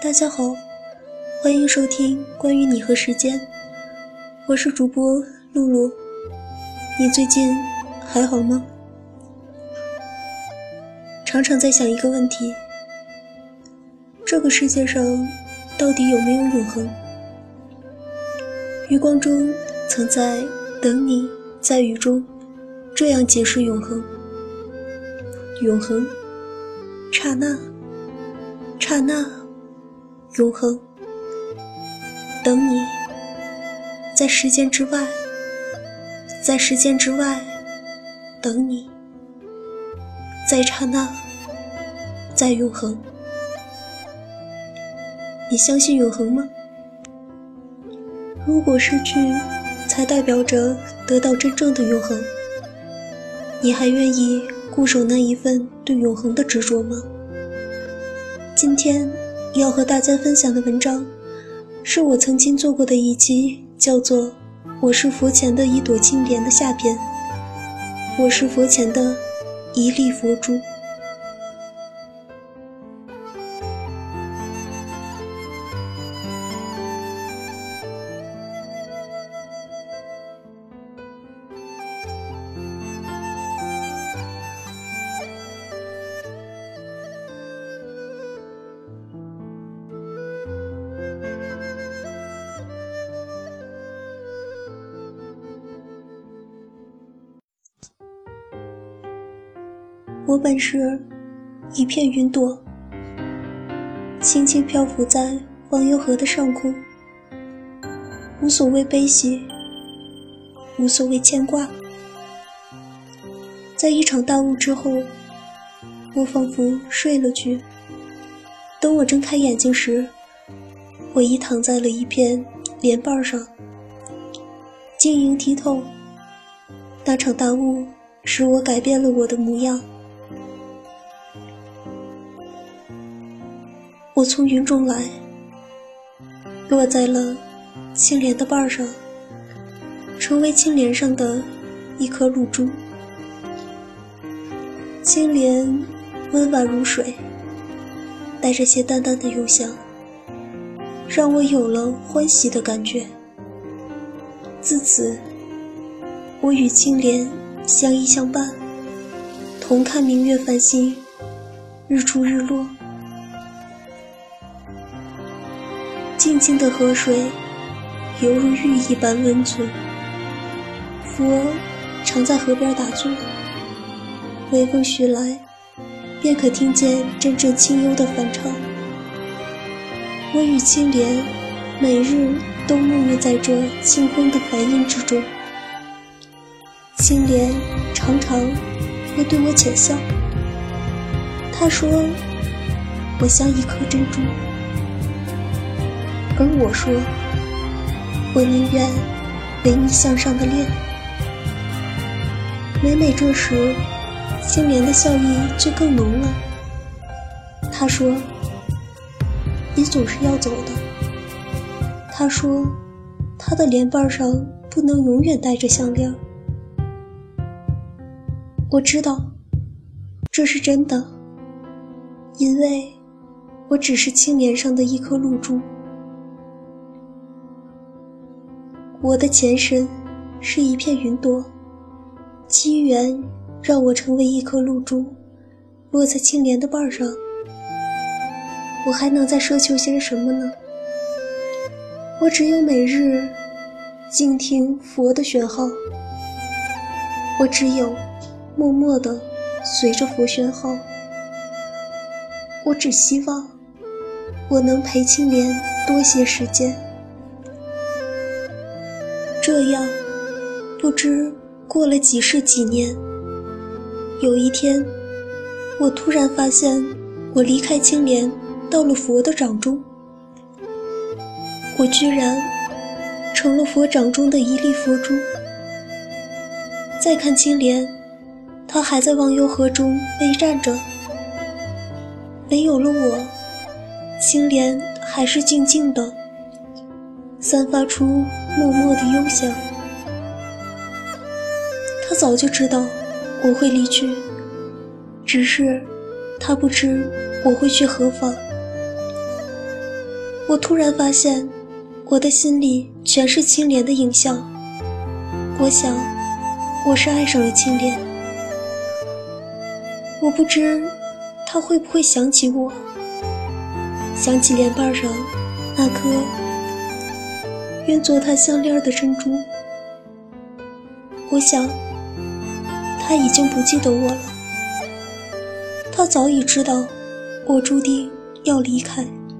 大家好，欢迎收听关于你和时间，我是主播露露。你最近还好吗？常常在想一个问题，这个世界上到底有没有永恒？余光中曾在等你在雨中这样解释永恒。永恒，刹那，刹那，永恒。等你，在时间之外，在时间之外，等你，在刹那，在永恒。你相信永恒吗？如果失去才代表着得到真正的永恒，你还愿意固守那一份对永恒的执着吗？今天要和大家分享的文章是我曾经做过的一期叫做我是佛前的一朵青莲的下篇，我是佛前的一粒佛珠。我本是一片云朵，轻轻漂浮在忘忧河的上空，无所谓悲喜，无所谓牵挂。在一场大雾之后，我仿佛睡了去。等我睁开眼睛时，我已躺在了一片莲瓣上，晶莹剔透。那场大雾使我改变了我的模样。我从云中来，落在了青莲的瓣上，成为青莲上的一颗露珠。青莲温婉如水，带着些淡淡的幽香，让我有了欢喜的感觉。自此，我与青莲相依相伴，同看明月繁星，日出日落。静静的河水犹如玉一般温存，佛常在河边打坐，微风徐来，便可听见阵阵清幽的梵唱。我与青莲每日都沐浴在这清风的梵音之中。青莲常常会对我浅笑，她说我像一颗珍珠，而我说我宁愿为你向上的恋。每每这时，青莲的笑意就更浓了。她说你总是要走的。她说她的莲瓣上不能永远带着项链。我知道这是真的，因为我只是青莲上的一颗露珠。我的前身是一片云朵，机缘让我成为一颗露珠，落在青莲的瓣上。我还能再奢求些什么呢？我只有每日静听佛的玄号，我只有默默地随着佛玄号。我只希望我能陪青莲多些时间。这样不知过了几世几年，有一天我突然发现我离开青莲到了佛的掌中，我居然成了佛掌中的一粒佛珠。再看青莲，它还在忘忧河中微站着，没有了我，青莲还是静静的散发出默默的幽香。他早就知道我会离去，只是他不知我会去何方。 我突然发现，我的心里全是青莲的影像。我想，我是爱上了青莲。我不知他会不会想起我，想起莲瓣上那颗愿做他项链的珍珠。我想，他已经不记得我了。他早已知道我注定要离开。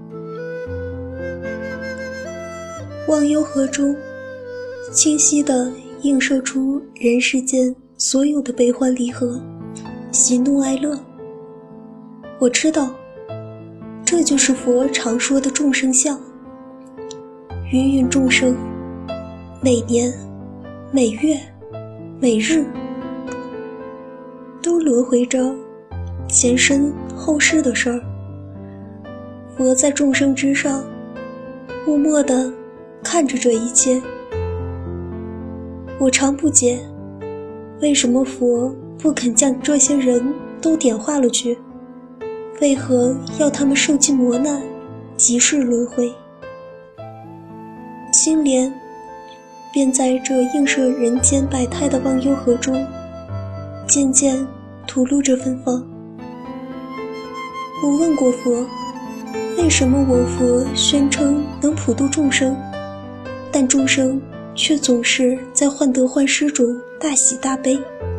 忘忧河中，清晰地映射出人世间所有的悲欢离合，喜怒哀乐。我知道，这就是佛常说的众生相。芸芸众生，每年、每月、每日，都轮回着前生后世的事儿。佛在众生之上，默默地看着这一切。我常不解，为什么佛不肯将这些人都点化了去？为何要他们受尽磨难，即世轮回？青莲便在这映射人间百态的忘忧河中，渐渐吐露着芬芳。我问过佛，为什么我佛宣称能普度众生，但众生却总是在患得患失中大喜大悲？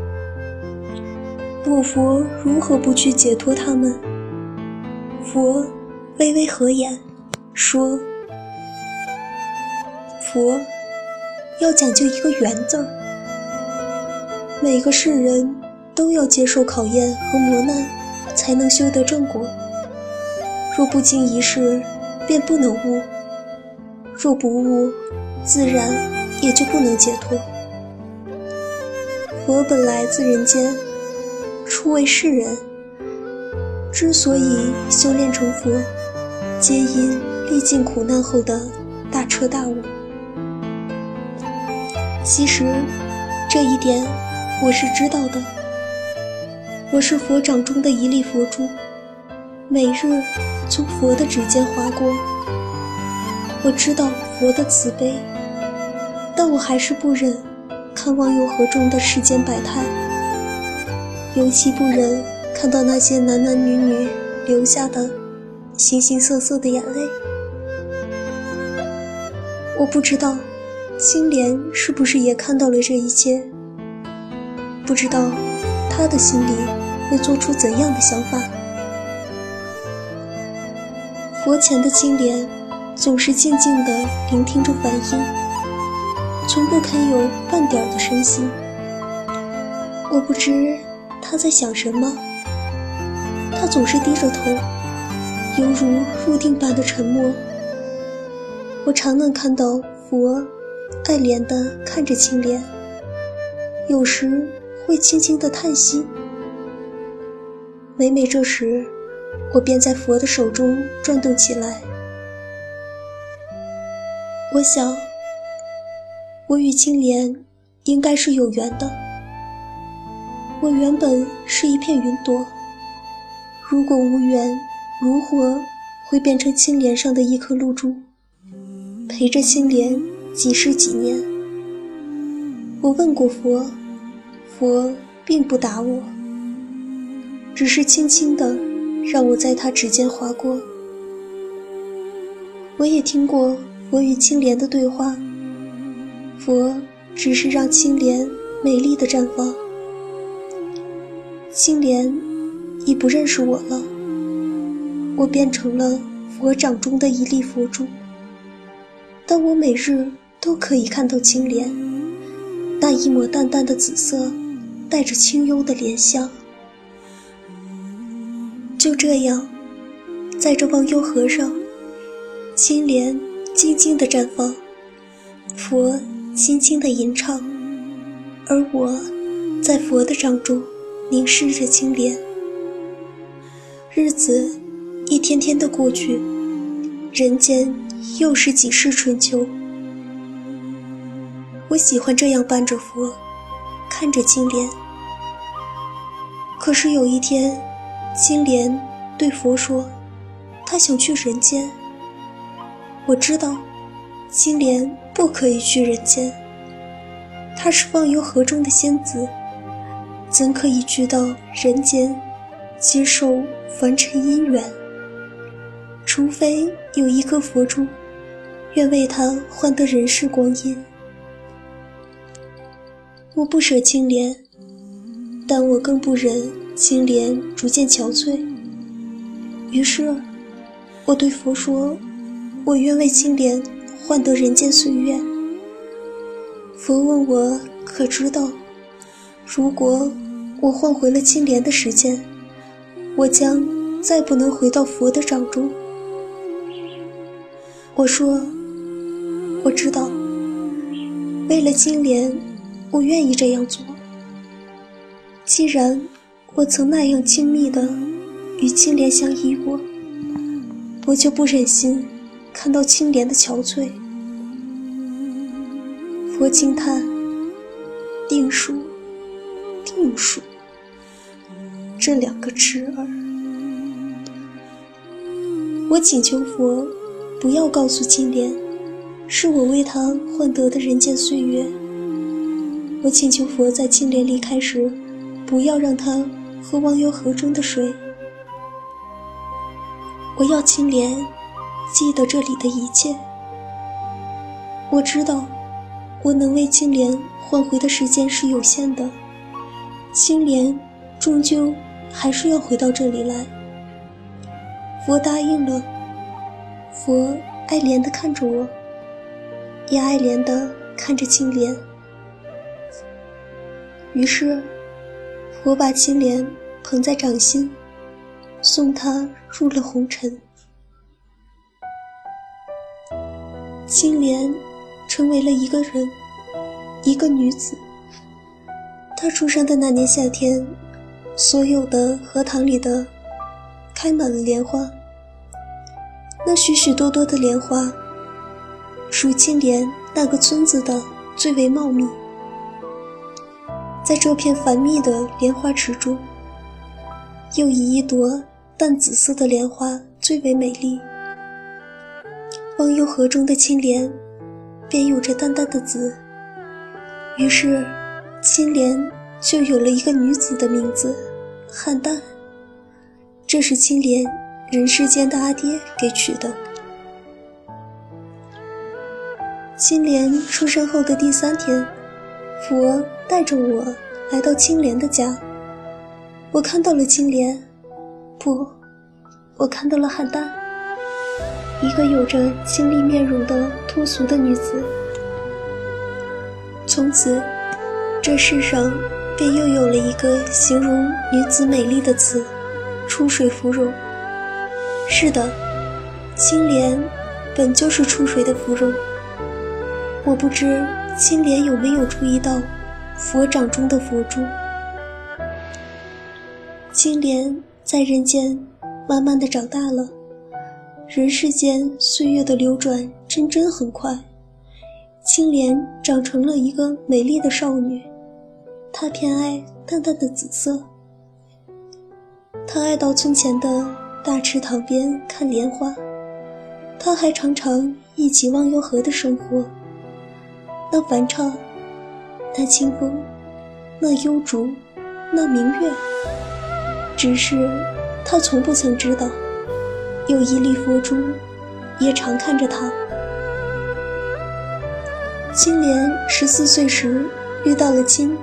我佛如何不去解脱他们？佛微微合眼说，佛要讲究一个缘字，每个世人都要接受考验和磨难，才能修得正果。若不经一事，便不能悟；若不悟，自然也就不能解脱。佛本来自人间，初为世人，之所以修炼成佛，皆因历尽苦难后的大彻大悟。其实这一点我是知道的。我是佛掌中的一粒佛珠，每日从佛的指尖划过。我知道佛的慈悲，但我还是不忍看忘忧河中的世间百态，尤其不忍看到那些男男女女流下的形形色色的眼泪。我不知道青莲是不是也看到了这一切，不知道他的心里会做出怎样的想法。佛前的青莲总是静静地聆听着梵音，从不肯有半点的声息。我不知他在想什么，他总是低着头，犹如入定般的沉默。我常能看到佛爱怜地看着青莲，有时会轻轻地叹息。每每这时，我便在佛的手中转动起来。我想，我与青莲应该是有缘的。我原本是一片云朵，如果无缘，如何会变成青莲上的一颗露珠，陪着青莲几世几年？我问过佛，佛并不答我，只是轻轻地让我在他指尖划过。我也听过佛与青莲的对话，佛只是让青莲美丽的绽放。青莲已不认识我了，我变成了佛掌中的一粒佛珠，但我每日都可以看到青莲那一抹淡淡的紫色，带着清幽的莲香。就这样，在这忘忧河上，青莲静静地绽放，佛轻轻地吟唱，而我在佛的掌中凝视着青莲。日子一天天的过去，人间又是几世春秋。我喜欢这样伴着佛，看着青莲。可是有一天，青莲对佛说，她想去人间。 我知道青莲不可以去人间，她是忘忧河中的仙子，怎可以去到人间接受凡尘因缘？除非有一颗佛珠，愿为她换得人世光阴。我不舍青莲，但我更不忍青莲逐渐憔悴。于是我对佛说，我愿为青莲换得人间岁月。佛问我可知道，如果我换回了青莲的时间，我将再不能回到佛的掌中。我说我知道，为了青莲我愿意这样做。既然我曾那样亲密地与青莲相依过，我就不忍心看到青莲的憔悴。佛轻叹，定数定数，这两个痴儿。我请求佛不要告诉青莲，是我为他换得的人间岁月。我请求佛在青莲离开时，不要让他喝忘忧河中的水。我要青莲记得这里的一切。我知道我能为青莲换回的时间是有限的，青莲终究还是要回到这里来。佛答应了，佛爱怜地看着我，也爱怜地看着青莲。于是佛把青莲捧在掌心，送她入了红尘。青莲成为了一个人，一个女子。她出生的那年夏天，所有的荷塘里的开满了莲花，那许许多多的莲花，属青莲那个村子的最为茂密。在这片繁密的莲花池中，又以一朵淡紫色的莲花最为美丽。忘忧河中的青莲便有着淡淡的紫，于是青莲就有了一个女子的名字，菡萏。这是青莲人世间的阿爹给取的。青莲出生后的第3天，佛带着我来到青莲的家。我看到了青莲，不，我看到了菡萏，一个有着清丽面容的脱俗的女子。从此这世上便又有了一个形容女子美丽的词，出水芙蓉。是的，青莲本就是出水的芙蓉。我不知青莲有没有注意到佛掌中的佛珠。青莲在人间慢慢地长大了，人世间岁月的流转真很快。青莲长成了一个美丽的少女，她偏爱淡淡的紫色。她爱到村前的大池塘边看莲花，她还常常一起忘忧河的生活。那梵唱，那清风，那幽竹，那明月，只是他从不曾知道，有一粒佛珠也常看着他。青莲14岁时遇到了金，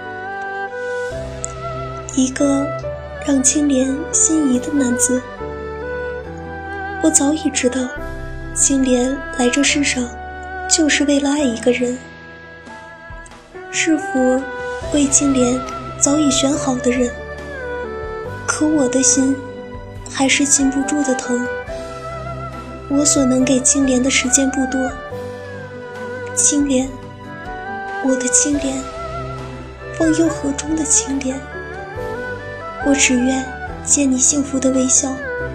一个让青莲心仪的男子。我早已知道，青莲来这世上就是为了爱一个人，是佛为青莲早已选好的人。可我的心还是禁不住的疼。我所能给青莲的时间不多，青莲，我的青莲，忘忧河中的青莲，我只愿见你幸福的微笑。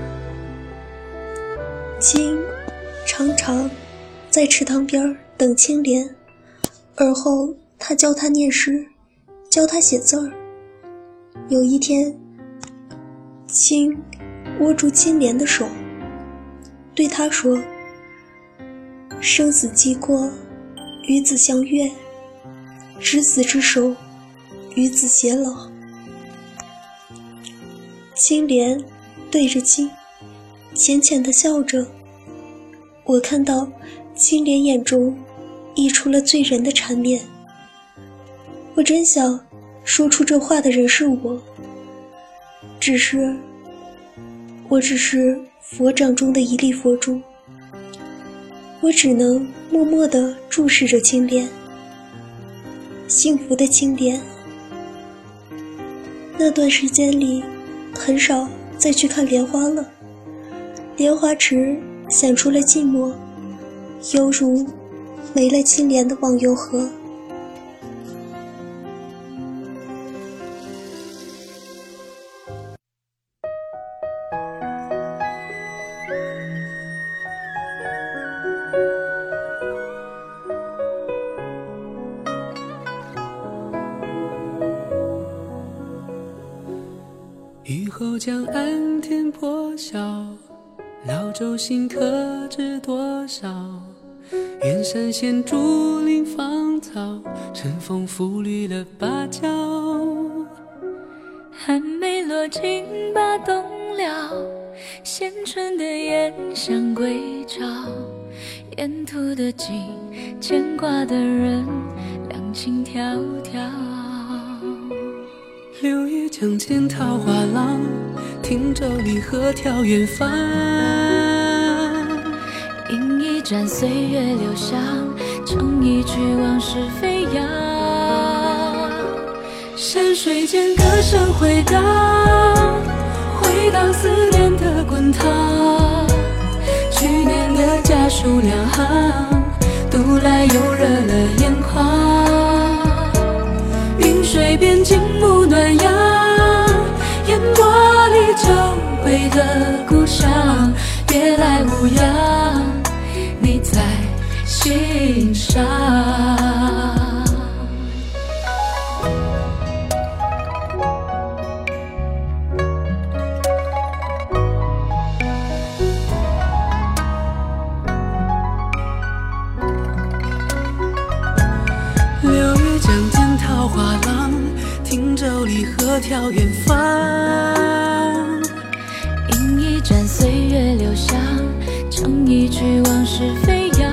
青常常在池塘边等青莲，而后他教他念诗，教他写字儿。有一天，青握住青莲的手，对他说： 生死既过，与子相悦，执子之手，与子偕老。青莲对着青，浅浅地笑着。我看到青莲眼中溢出了醉人的缠绵。我真想说出这话的人是我，我只是佛掌中的一粒佛珠，我只能默默地注视着青莲，幸福的青莲。那段时间里很少再去看莲花了，莲花池显出了寂寞，犹如没了青莲的忘忧河。 雨后江岸天破晓，老舟新客知多少？远山现竹林芳草，晨风拂绿了芭蕉。 寒梅落尽把冬了，衔春的燕想归巢。沿途的景，牵挂的人，两情迢迢。 六月江间桃花浪，汀洲离合眺远方。 饮一盏岁月留香，唱一曲往事飞扬。 山水间歌声回荡，回荡思念的滚烫。去年的家书两行，读来又热了眼眶。云水边静沐暖阳，烟波里久违的故乡，别来无恙，你在心上。六月江间桃花浪，汀洲离合眺远方。 饮一盏岁月留香，唱一曲往事飞扬。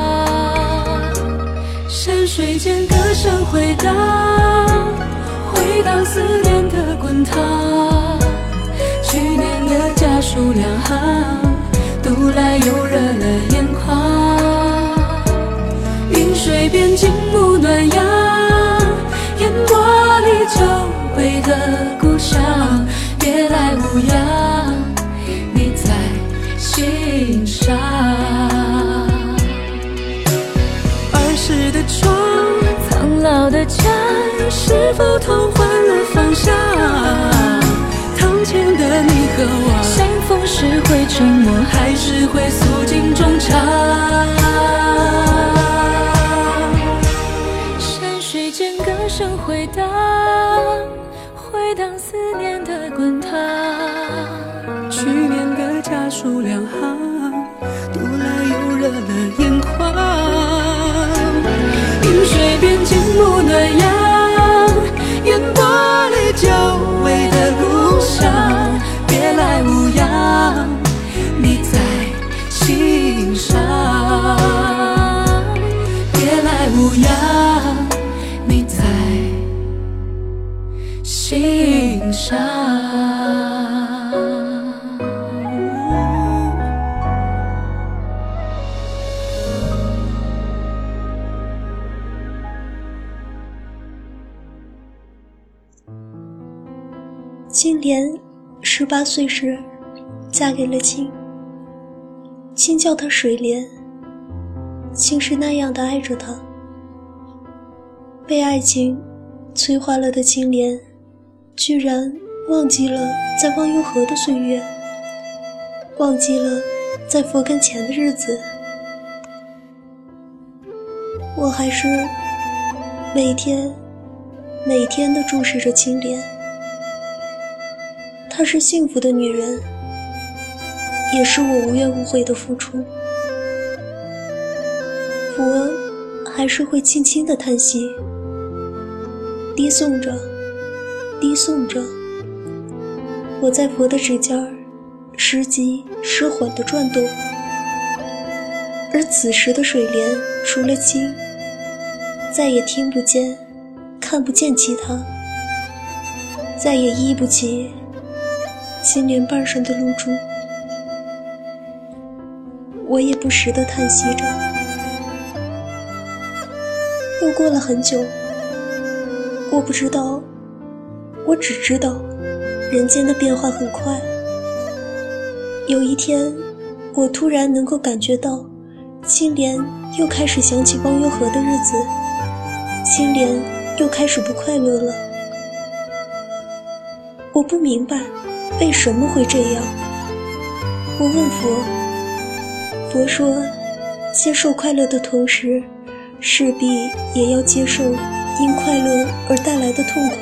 山水间歌声回荡，回荡思念的滚烫。去年的家书两行，读来又热了眼眶。云水边静沐暖阳，烟波里久违的故乡，别来无恙，你在心上。儿时的窗， 苍老的墙， 是否同换了方向？堂前的你和我， 相逢时会沉默， 还是会诉尽衷肠？ 山水间歌声回荡，回荡思念的滚烫。 去年的家书两行，读来又热了眼眶。云水边静沐暖阳，烟波里久违的故乡，别来无恙，你在心上。别来无恙，你在心上。 青莲18岁时嫁给了青，青叫她水莲，青是那样的爱着她。被爱情催化了的青莲，居然忘记了在忘忧河的岁月，忘记了在佛跟前的日子。我还是每天地注视着青莲。她是幸福的女人，也是我无怨无悔的付出。 佛还是会轻轻地叹息，低诵着，低诵着。我在佛的指尖时急时缓地转动，而此时的水莲除了青，再也听不见看不见其他，再也依不起青莲瓣上的露珠。我也不时地叹息着。又过了很久，我不知道，我只知道人间的变化很快。有一天，我突然能够感觉到青莲又开始想起忘忧河的日子，青莲又开始不快乐了。我不明白为什么会这样。我问佛，佛说接受快乐的同时，势必也要接受因快乐而带来的痛苦。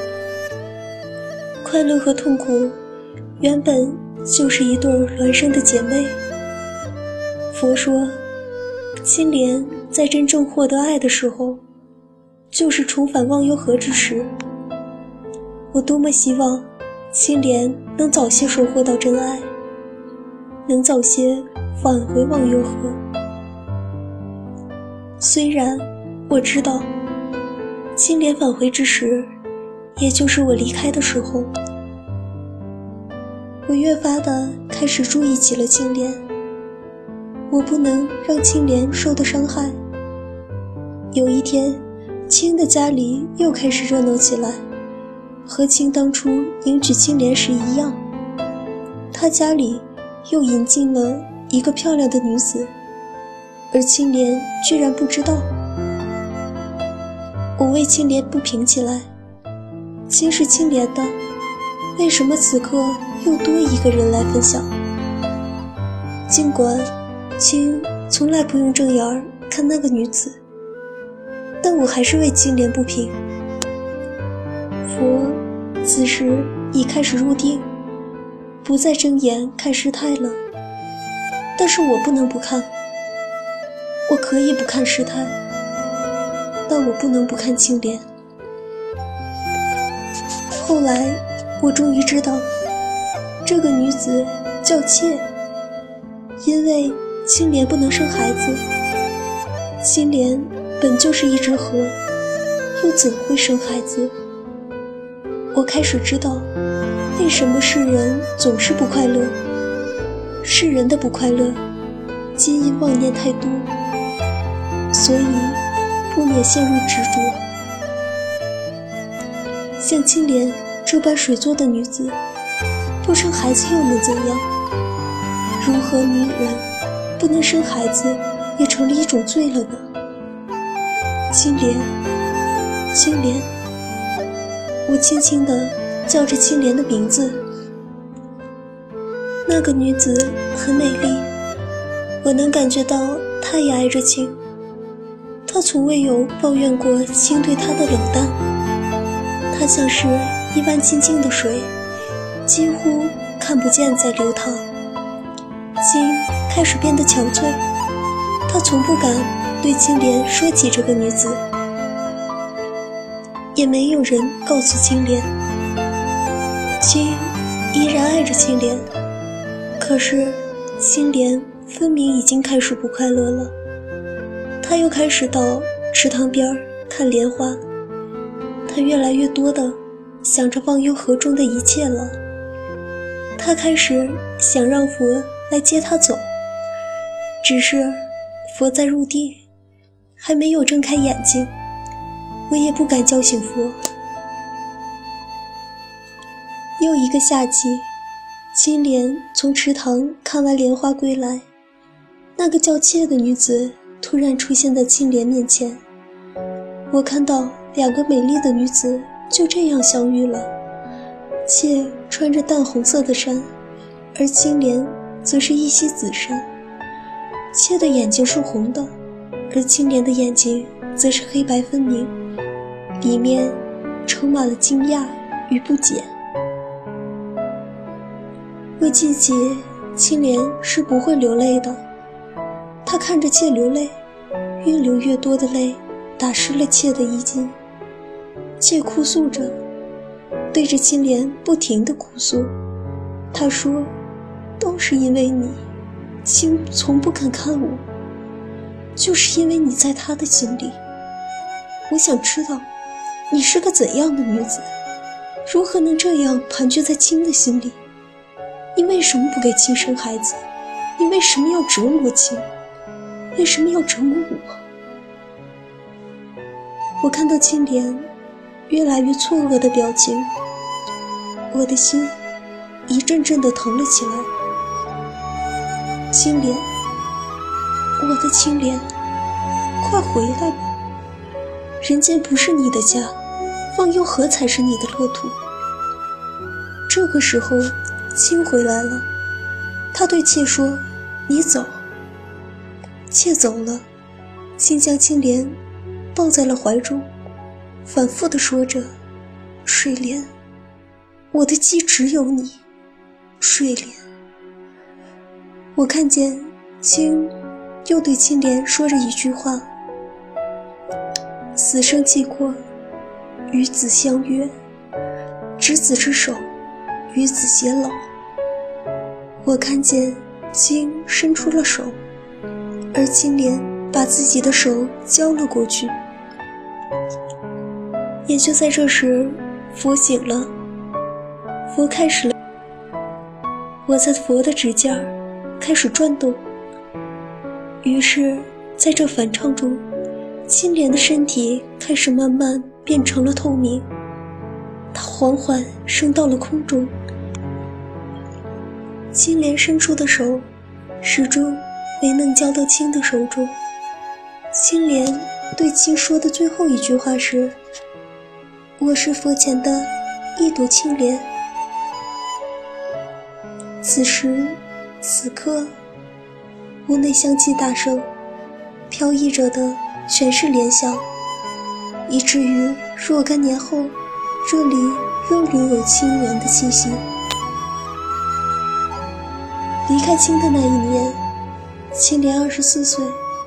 快乐和痛苦原本就是一对孪生的姐妹。佛说，青莲在真正获得爱的时候，就是重返忘忧河之时。我多么希望青莲能早些收获到真爱，能早些返回忘忧河。虽然我知道青莲返回之时，也就是我离开的时候，我越发地开始注意起了青莲。我不能让青莲受到伤害。有一天，青的家里又开始热闹起来，和青当初迎娶青莲时一样。他家里又引进了一个漂亮的女子，而青莲居然不知道。我为青莲不平起来，青是青莲的，为什么此刻又多一个人来分享？尽管青从来不用正眼看那个女子，但我还是为青莲不平。佛此时已开始入定，不再睁眼看师太了，但是我不能不看。我可以不看师太，但我不能不看青莲。后来我终于知道，这个女子叫妾，因为青莲不能生孩子。青莲本就是一只河，又怎会生孩子？我开始知道为什么世人总是不快乐。世人的不快乐皆因妄念太多，所以不免陷入执着。像青莲这般水做的女子，不生孩子又能怎样？如何女人不能生孩子也成了一种罪了呢？青莲，青莲，我轻轻地叫着青莲的名字。那个女子很美丽，我能感觉到她也爱着青。她从未有抱怨过青对她的冷淡，她像是一般静静的水，几乎看不见在流淌。青开始变得憔悴，她从不敢对青莲说起这个女子，也没有人告诉青莲。青依然爱着青莲，可是青莲分明已经开始不快乐了。她又开始到池塘边看莲花，她越来越多地想着忘忧河中的一切了。她开始想让佛来接她走，只是佛在入定，还没有睁开眼睛，我也不敢叫醒佛。又一个夏季，青莲从池塘看完莲花归来，那个叫妾的女子突然出现在青莲面前。我看到两个美丽的女子就这样相遇了，妾穿着淡红色的衫，而青莲则是一袭紫衫。妾的眼睛是红的，而青莲的眼睛则是黑白分明，里面充满了惊讶与不解。我记起青莲是不会流泪的，她看着妾流泪， 越流越多的泪打湿了妾的衣襟。妾哭诉着，对着青莲不停地哭诉。她说，都是因为你，青从不肯看我，就是因为你在他的心里。我想知道你是个怎样的女子，如何能这样盘踞在青的心里？你为什么不给青生孩子？你为什么要折磨青？为什么要折磨我？我看到青莲越来越错愕的表情，我的心一阵阵地疼了起来。青莲，我的青莲，快回来吧！人间不是你的家，忘忧河才是你的乐土。这个时候，青回来了，他对妾说：“你走。”妾走了，青将青莲抱在了怀中，反复地说着：“睡莲，我的妻只有你，睡莲。”我看见青又对青莲说着一句话：“死生契阔，与子相约，执子之手，与子偕老。”我看见青伸出了手，而青莲把自己的手交了过去。也就在这时，佛醒了，佛开始了。我在佛的指尖开始转动，于是在这反唱中，青莲的身体开始慢慢变成了透明，它缓缓升到了空中。青莲伸出的手始终没能交到青的手中。青莲对青说的最后一句话是：“我是佛前的一朵青莲。”此时此刻，屋内香气大盛，飘逸着的全是莲香，以至于若干年后，这里仍留有清源的气息。离开青的那一年，青莲24岁。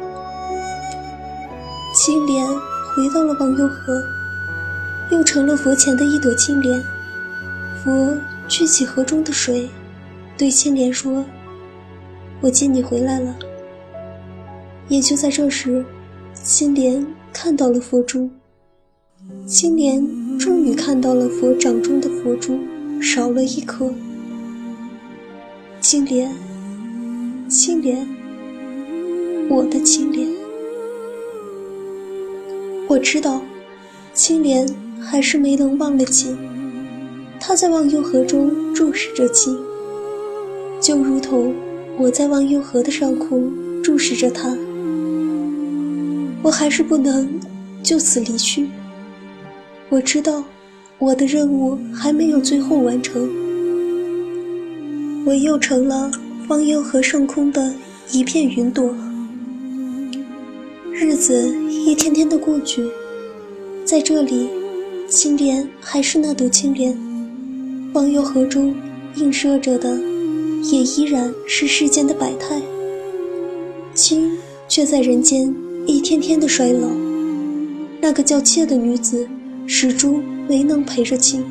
青莲回到了忘忧河，又成了佛前的一朵青莲。佛举起河中的水，对青莲说：“我接你回来了。”也就在这时，青莲看到了佛珠。青莲终于看到了佛掌中的佛珠少了一颗。青莲，青莲，我的青莲。我知道青莲还是没能忘了青，他在忘忧河中注视着青，就如同我在忘忧河的上空注视着他。我还是不能就此离去，我知道我的任务还没有最后完成。我又成了忘忧河上空的一片云朵。日子一天天的过去，在这里，青莲还是那朵青莲，忘忧河中映射着的也依然是世间的百态，青却在人间一天天的衰老。那个叫妾的女子始终没能陪着青。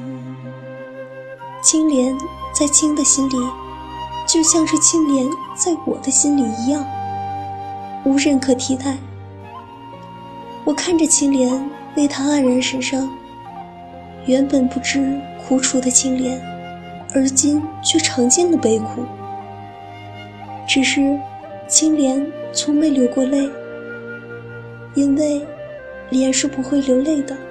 青莲在青的心里，就像是青莲在我的心里一样，无人可替代。我看着青莲为他黯然神伤，原本不知苦楚的青莲，而今却尝尽了悲苦。只是青莲从没流过泪，因为莲是不会流泪的。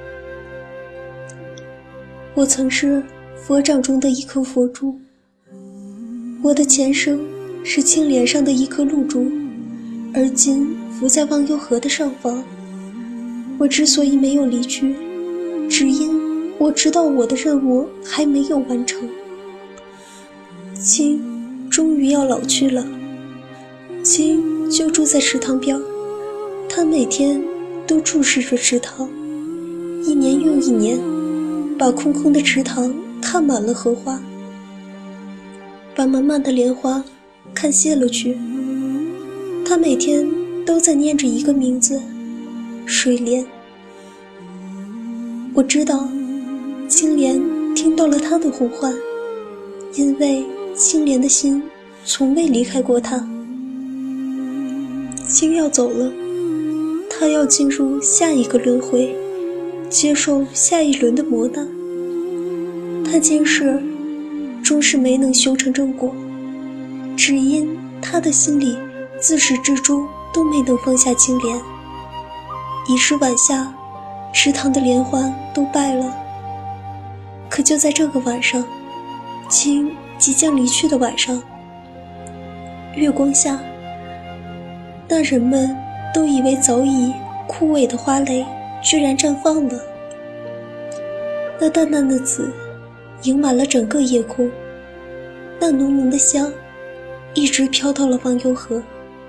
我曾是佛掌中的一颗佛珠，我的前生是青莲上的一颗露珠，而今浮在忘忧河的上方。我之所以没有离去，只因我知道我的任务还没有完成。青终于要老去了，青就住在池塘边，他每天都注视着池塘，一年又一年，把空空的池塘看满了荷花，把满满的莲花看谢了去。他每天都在念着一个名字，水莲。我知道青莲听到了他的呼唤，因为青莲的心从未离开过他。青要走了，他要进入下一个轮回，接受下一轮的磨难。他今世终是没能修成正果，只因他的心里自始至终都没能放下青莲。已是晚夏，池塘的莲花都败了。可就在这个晚上，青即将离去的晚上，月光下，那人们都以为早已枯萎的花蕾居然绽放了。那淡淡的紫盈满了整个夜空，那浓浓的香一直飘到了忘忧河。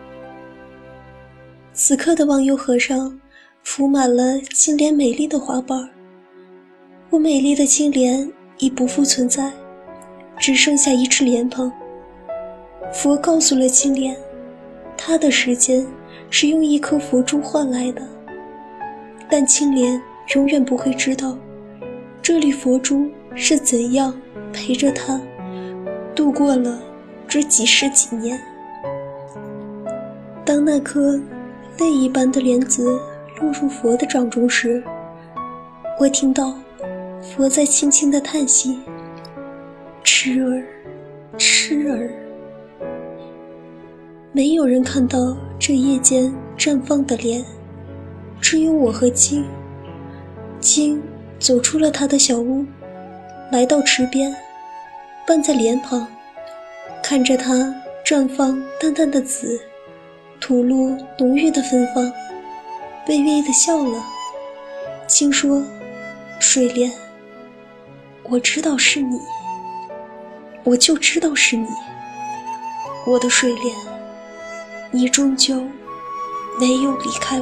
此刻的忘忧河上浮满了青莲美丽的花瓣，我美丽的青莲已不复存在，只剩下一只莲蓬。佛告诉了青莲，他的时间是用一颗佛珠换来的，但青莲永远不会知道，这粒佛珠是怎样陪着他度过了这几十几年。当那颗泪一般的莲子落入佛的掌中时，我听到佛在轻轻地叹息，痴儿，痴儿。没有人看到这夜间绽放的莲，只有我和青。青走出了他的小屋，来到池边，伴在莲旁，看着它绽放淡淡的紫，吐露浓郁的芬芳，微微地笑了。青说，水莲，我知道是你，我就知道是你，我的水莲，你终究没有离开我。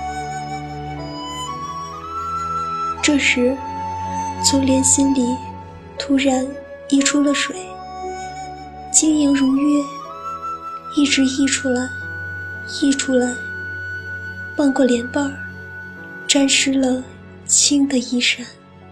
这时从莲心里突然溢出了水，晶莹如月，一直溢出来，溢出来，漫过莲瓣，沾湿了青的衣衫。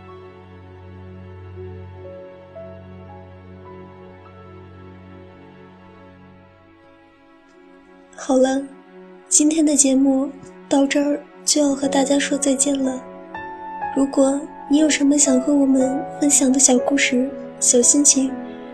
好了，今天的节目到这儿就要和大家说再见了。如果你有什么想和我们分享的小故事、小心情，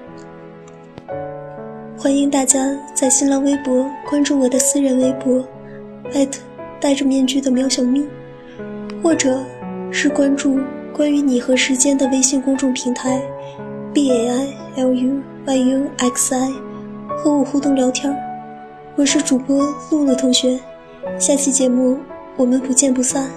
欢迎大家在新浪微博关注我的私人微博戴着面具的苗小咪，或者是关注关于你和时间的微信公众平台 BAILUYUXI 和我互动聊天。我是主播露露同学，下期节目我们不见不散。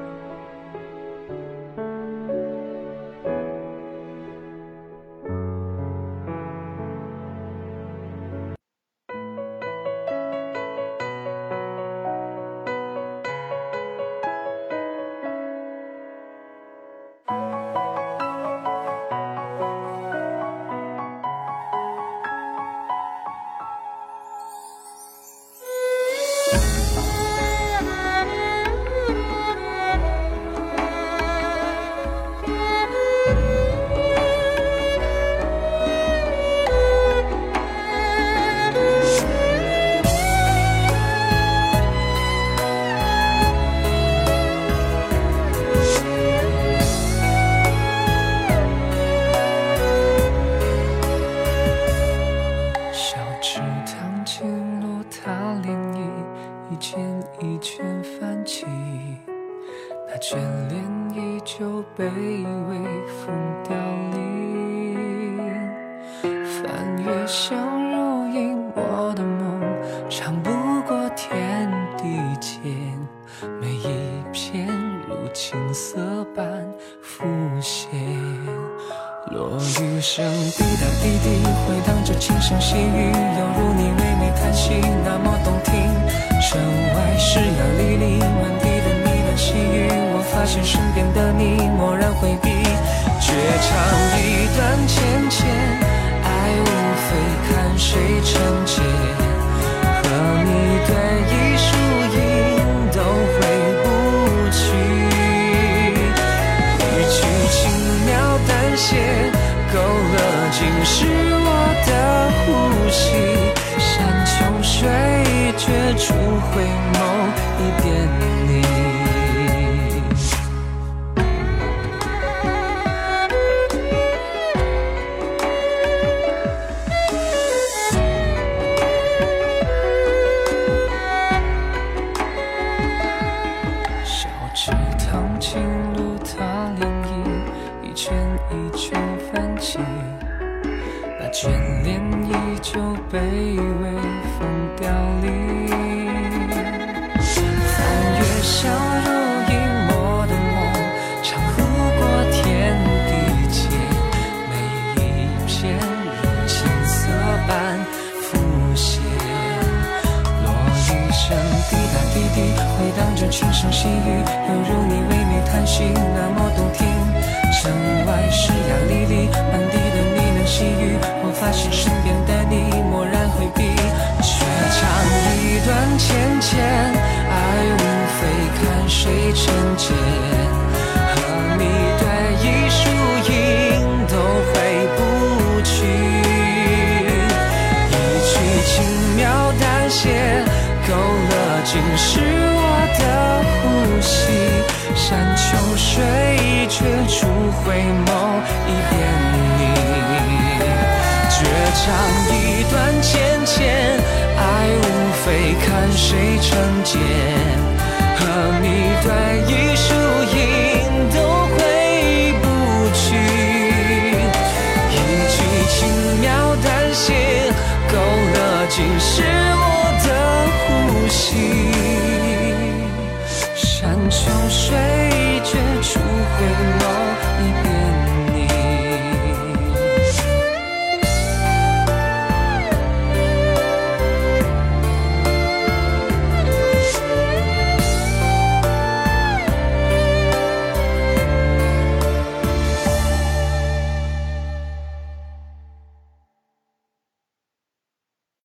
眷恋依旧被微风凋零，翻越相如影，我的梦长不过天地间，每一片如青色般浮现。落雨声滴答滴滴，回荡着轻声细语，犹如你微微叹息，那么动听。城外湿呀沥沥，满地的呢喃细语，我发现身边的你蓦然回避。绝唱一段浅浅，爱无非看谁成结，和你对一树呼吸，山穷水绝处回眸一点你。小池塘青露踏涟漪，一圈一圈泛起，那眷恋依旧被微风凋零。翻越小如隐没的梦，长路过天地间，每一片如青色般浮现。落一声滴答滴滴，回荡着轻声细语，犹如你唯美叹息，那么动听。城外湿呀沥沥，满地的呢喃细语，我发现身边的你蓦然回避。却唱一段浅浅，爱无非看谁成茧，和你对一输赢都回不去。一句轻描淡写，勾勒尽是我的呼吸。山穷水绝处回眸一遍你，绝唱一段浅浅，爱无非看谁成茧，和你对一输赢都回不去。一句轻描淡写，勾勒尽是